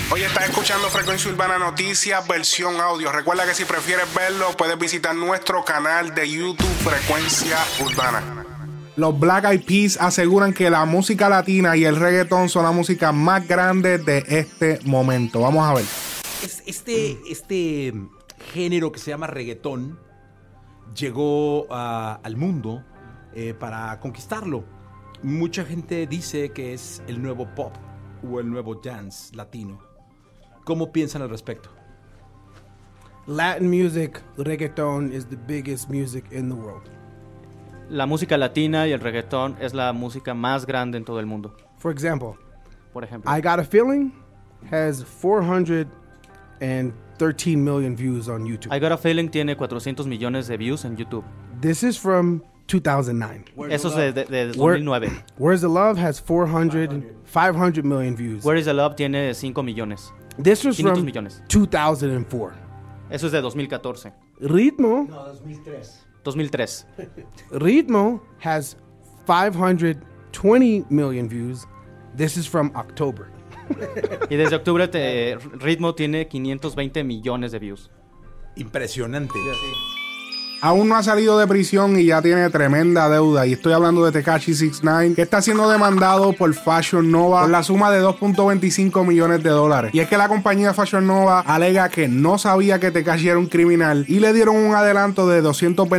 Hoy estás escuchando Frecuencia Urbana Noticias, versión audio. Recuerda que si prefieres verlo, puedes visitar nuestro canal de YouTube Frecuencia Urbana. Los Black Eyed Peas aseguran que la música latina y el reggaetón son la música más grande de este momento. Vamos a ver. Este género que se llama reggaetón llegó al mundo para conquistarlo. Mucha gente dice que es el nuevo pop o el nuevo dance latino. ¿Cómo piensan al respecto? Latin music, reggaeton is the biggest music in the world. La música latina y el reggaetón es la música más grande en todo el mundo. For example, Por ejemplo, I Got a Feeling has 413 million views on YouTube. I Got a Feeling tiene 400 millones de views en YouTube. This is from 2009. Eso es de 2009. Where's the Love has 500 million views. Where is the Love tiene 5 millones. This was 500 from millones. 2004. Eso es de 2014. Ritmo, 2003. Ritmo has 520 million views. This is from October. Y desde octubre Ritmo tiene 520 millones de views. Impresionante. Aún no ha salido de prisión y ya tiene tremenda deuda. Y estoy hablando de Tekashi 69, que está siendo demandado por Fashion Nova por la suma de 2.25 millones de dólares. Y es que la compañía Fashion Nova alega que no sabía que Tekashi era un criminal y le dieron un adelanto de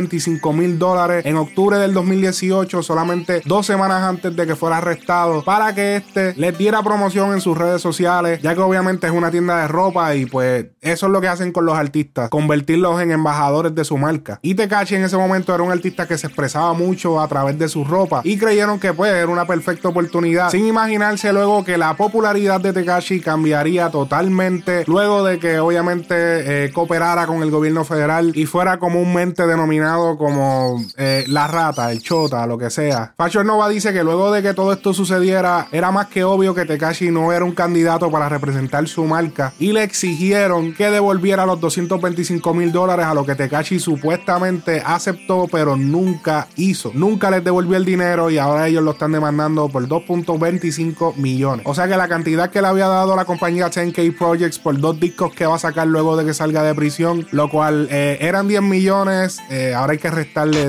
$225,000 en octubre del 2018, solamente 2 semanas antes de que fuera arrestado, para que este les diera promoción en sus redes sociales, ya que obviamente es una tienda de ropa y pues eso es lo que hacen con los artistas, convertirlos en embajadores de su marca. Y Tekashi en ese momento era un artista que se expresaba mucho a través de su ropa y creyeron que pues era una perfecta oportunidad, sin imaginarse luego que la popularidad de Tekashi cambiaría totalmente luego de que obviamente cooperara con el gobierno federal y fuera comúnmente denominado como la rata, el chota, lo que sea. Fashion Nova dice que luego de que todo esto sucediera era más que obvio que Tekashi no era un candidato para representar su marca y le exigieron que devolviera los $225,000, a lo que Tekashi supuestamente aceptó, pero nunca hizo. Nunca les devolvió el dinero y ahora ellos lo están demandando por 2.25 millones. O sea que la cantidad que le había dado la compañía 10K Projects por 2 discos que va a sacar luego de que salga de prisión, lo cual eran 10 millones, ahora hay que restarle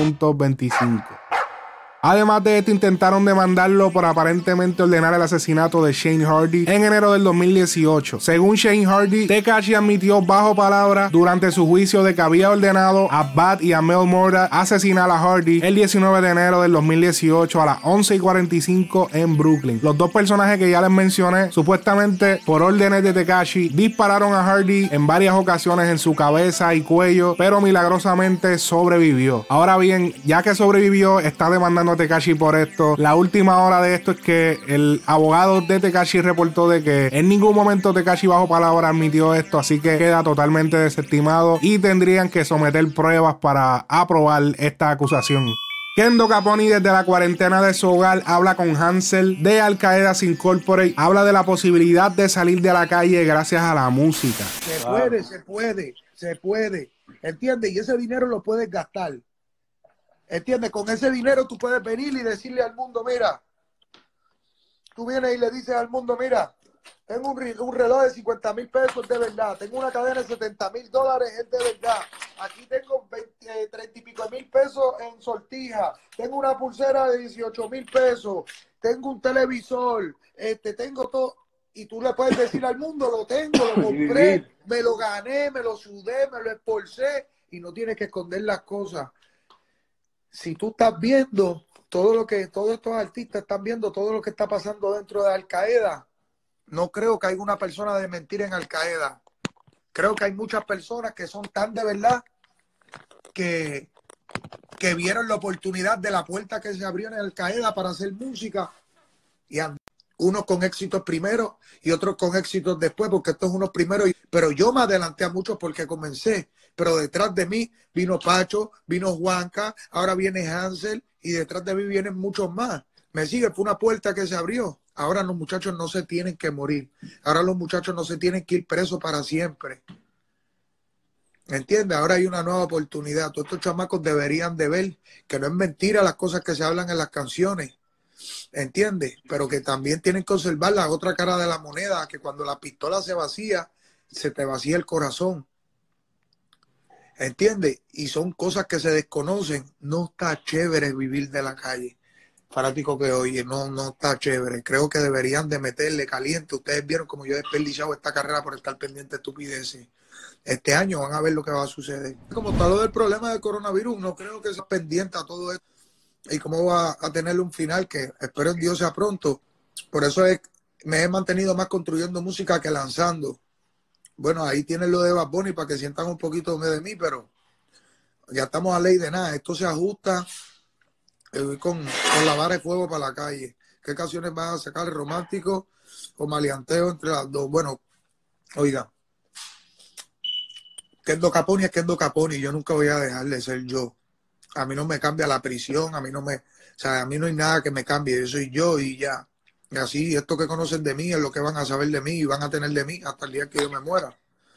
2.25. Además de esto, intentaron demandarlo por aparentemente ordenar el asesinato de Shane Hardy en enero del 2018. Según Shane Hardy, Tekashi admitió bajo palabra durante su juicio de que había ordenado a Bad y a Mel Morda asesinar a Hardy el 19 de enero del 2018 a las 11:45 en Brooklyn. Los dos personajes que ya les mencioné, supuestamente por órdenes de Tekashi, dispararon a Hardy en varias ocasiones en su cabeza y cuello, pero milagrosamente sobrevivió. Ahora bien, ya que sobrevivió, está demandando a Tekashi por esto. La última hora de esto es que el abogado de Tekashi reportó de que en ningún momento Tekashi bajo palabra admitió esto, así que queda totalmente desestimado y tendrían que someter pruebas para aprobar esta acusación. Kendo Caponi desde la cuarentena de su hogar habla con Hansel de Al Qaeda Incorporated, habla de la posibilidad de salir de la calle gracias a la música. Se puede, ¿entiendes? Y ese dinero lo puedes gastar. ¿Entiendes? Con ese dinero tú puedes venir y decirle al mundo, mira, tú vienes y le dices al mundo, mira, tengo un reloj de 50,000 pesos, de verdad, tengo una cadena de $70,000, es de verdad, aquí tengo 30 y pico mil pesos en sortija, tengo una pulsera de 18,000 pesos, tengo un televisor, tengo todo, y tú le puedes decir al mundo, lo tengo, lo compré, me lo gané, me lo sudé, me lo esforcé, y no tienes que esconder las cosas. Si tú estás viendo todos estos artistas están viendo todo lo que está pasando dentro de Al Qaeda, no creo que haya una persona de mentira en Al Qaeda. Creo que hay muchas personas que son tan de verdad que vieron la oportunidad de la puerta que se abrió en Al Qaeda para hacer música y unos con éxitos primero y otros con éxitos después, porque estos unos primeros. Pero yo me adelanté a muchos porque comencé. Pero detrás de mí vino Pacho, vino Juanca, ahora viene Hansel y detrás de mí vienen muchos más. Me sigue, fue una puerta que se abrió. Ahora los muchachos no se tienen que morir. Ahora los muchachos no se tienen que ir presos para siempre. ¿Entiendes? Ahora hay una nueva oportunidad. Todos estos chamacos deberían de ver que no es mentira las cosas que se hablan en las canciones. ¿entiendes? Pero que también tienen que observar la otra cara de la moneda, que cuando la pistola se vacía, se te vacía el corazón, ¿entiendes? Y son cosas que se desconocen. No está chévere vivir de la calle. Fanático que oye, no está chévere. Creo que deberían de meterle caliente. Ustedes vieron como yo he desperdiciado esta carrera por estar pendiente de estupideces. Este año van a ver lo que va a suceder. Como está lo del problema del coronavirus, no creo que sea pendiente a todo esto y cómo va a tener un final que espero en Dios sea pronto. Por eso me he mantenido más construyendo música que lanzando. Bueno, ahí tienen lo de Bad Bunny para que sientan un poquito de mí, pero ya estamos a ley de nada. Esto se ajusta con la vara de fuego para la calle. ¿Qué canciones van a sacar? ¿Romántico o maleanteo entre las dos? Bueno, oiga, Kendo Caponi es Kendo Caponi. Yo nunca voy a dejar de ser yo. A mí no me cambia la prisión, a mí no hay nada que me cambie. Yo soy yo y ya. Y así, esto que conocen de mí es lo que van a saber de mí y van a tener de mí hasta el día que yo me muera.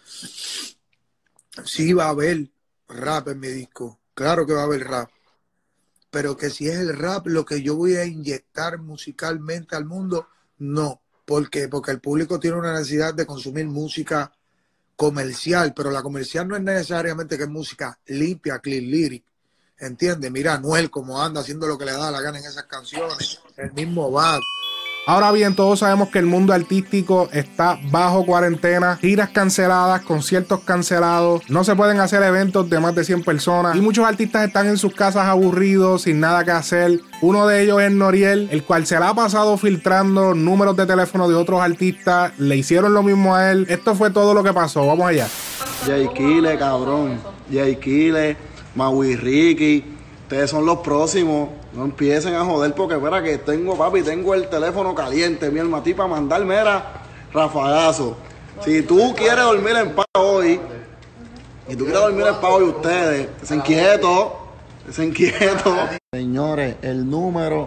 Sí va a haber rap en mi disco. Claro que va a haber rap. Pero que si es el rap lo que yo voy a inyectar musicalmente al mundo, no. ¿Por qué? Porque el público tiene una necesidad de consumir música comercial, pero la comercial no es necesariamente que es música limpia, clean lyric. ¿Entiendes? Mira, Anuel como anda haciendo lo que le da la gana en esas canciones. El mismo Bad. Ahora bien, todos sabemos que el mundo artístico está bajo cuarentena, giras canceladas, conciertos cancelados, no se pueden hacer eventos de más de 100 personas y muchos artistas están en sus casas aburridos, sin nada que hacer. Uno de ellos es Noriel, el cual se la ha pasado filtrando números de teléfono de otros artistas, le hicieron lo mismo a él. Esto fue todo lo que pasó, vamos allá. Jay Kile, cabrón, Jay Kile, Maui Ricky, ustedes son los próximos. No empiecen a joder porque, espera, que tengo el teléfono caliente, mi alma, para mandarme, era rafagazo. Si tú quieres dormir en paz hoy, ustedes, se inquietos. Señores, el número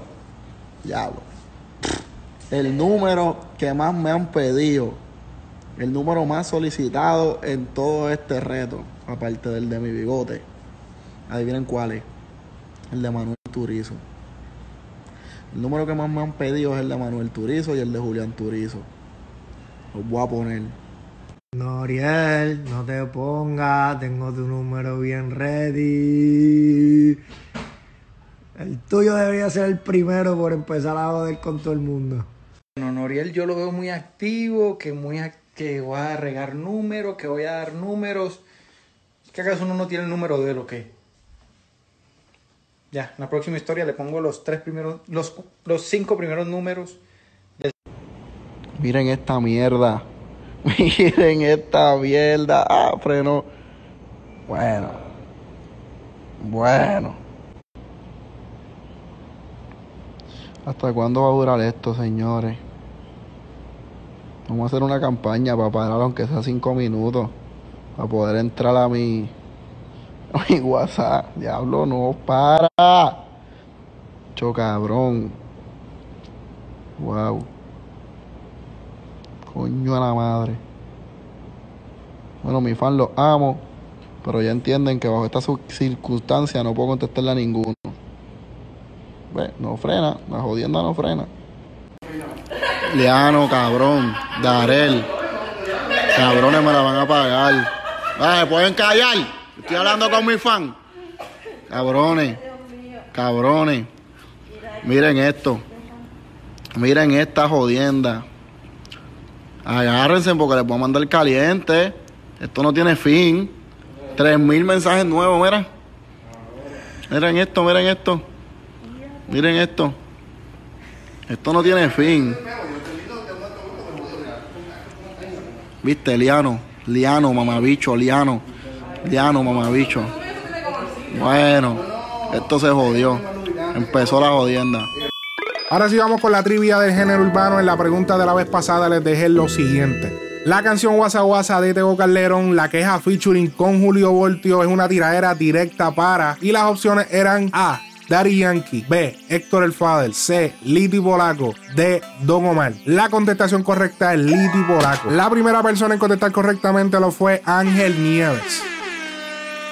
que más me han pedido, el número más solicitado en todo este reto, aparte del de mi bigote, adivinen cuál es. El de Manuel Turizo. El número que más me han pedido es el de Manuel Turizo y el de Julián Turizo. Los voy a poner. Noriel, no te pongas, tengo tu número bien ready. El tuyo debería ser el primero por empezar a joder con todo el mundo. Bueno, Noriel yo lo veo muy activo, que voy a regar números, que voy a dar números. ¿Qué acaso uno no tiene el número de él o qué? Ya, en la próxima historia le pongo los 5 primeros números. Miren esta mierda. Miren esta mierda. Ah, freno. Bueno. ¿Hasta cuándo va a durar esto, señores? Vamos a hacer una campaña para parar aunque sea 5 minutos. Para poder entrar a mi WhatsApp. Diablo, no para. Cabrón. Wow. Coño a la madre. Bueno, mis fans los amo, pero ya entienden que bajo esta circunstancia no puedo contestarle a ninguno. No frena, la jodienda no frena. Liano, cabrón. Darel. Cabrones me la van a pagar. ¿Me pueden callar? Estoy hablando con mi fan. Cabrones. Miren esto. Miren esta jodienda. Agárrense porque les voy a mandar caliente. Esto no tiene fin. 3,000 mensajes nuevos, mira. Miren esto. Esto no tiene fin. ¿Viste? Liano, mamabicho, Liano, mamabicho. Bueno, esto se jodió. Empezó la jodienda. Ahora sí vamos con la trivia del género urbano. En la pregunta de la vez pasada les dejé lo siguiente. La canción Guasa Guasa de Tego Calderón, la queja featuring con Julio Voltio, es una tiradera directa para... Y las opciones eran A, Daddy Yankee, B, Héctor el Father, C, Liti Polaco, D, Don Omar. La contestación correcta es Liti Polaco. La primera persona en contestar correctamente lo fue Ángel Nieves.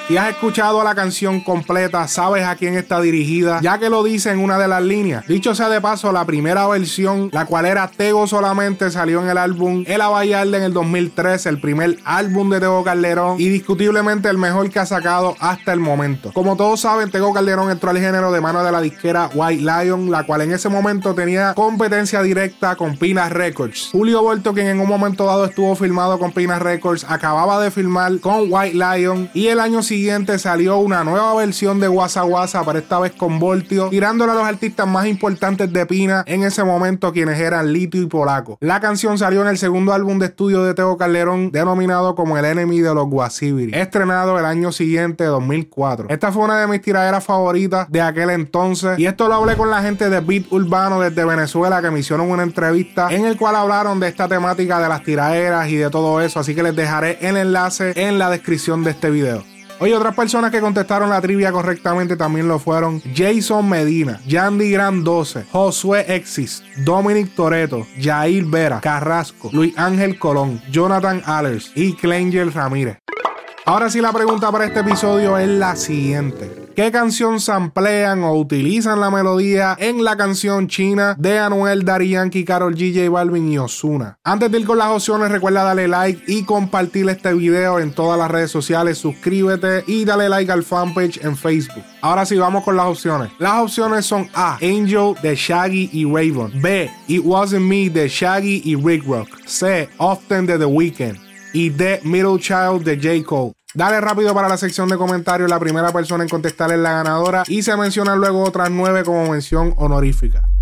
Si has escuchado la canción completa, sabes a quién está dirigida, ya que lo dice en una de las líneas. Dicho sea de paso, la primera versión, la cual era Tego solamente, salió en el álbum El Abayarde en el 2003, el primer álbum de Tego Calderón y discutiblemente el mejor que ha sacado hasta el momento. Como todos saben, Tego Calderón entró al género de mano de la disquera White Lion, la cual en ese momento tenía competencia directa con Pina Records. Julio Volto, quien en un momento dado estuvo firmado con Pina Records, acababa de firmar con White Lion y el año siguiente salió una nueva versión de Wassa Wassa, pero esta vez con Voltio, tirándole a los artistas más importantes de Pina en ese momento, quienes eran Litio y Polaco. La canción salió en el segundo álbum de estudio de Tego Calderón, denominado como El Enemy de los Guasibiri, estrenado el año siguiente, 2004. Esta fue una de mis tiraderas favoritas de aquel entonces, y esto lo hablé con la gente de Beat Urbano desde Venezuela, que me hicieron una entrevista en el cual hablaron de esta temática de las tiraderas y de todo eso, así que les dejaré el enlace en la descripción de este video. Oye, otras personas que contestaron la trivia correctamente también lo fueron Jason Medina, Yandy Gran 12, Josué Exis, Dominic Toretto, Jair Vera, Carrasco, Luis Ángel Colón, Jonathan Allers y Clangel Ramírez. Ahora sí, la pregunta para este episodio es la siguiente: ¿qué canción samplean o utilizan la melodía en la canción China de Anuel, Daddy Yankee, Karol G, J Balvin y Ozuna? Antes de ir con las opciones, recuerda darle like y compartir este video en todas las redes sociales, suscríbete y dale like al fanpage en Facebook. Ahora sí, vamos con las opciones. Las opciones son A, Angel de Shaggy y Raven; B, It Wasn't Me de Shaggy y Rick Rock; C, Often de The Weeknd; y D, Middle Child de J. Cole. Dale rápido para la sección de comentarios, la primera persona en contestar es la ganadora y se mencionan luego otras 9 como mención honorífica.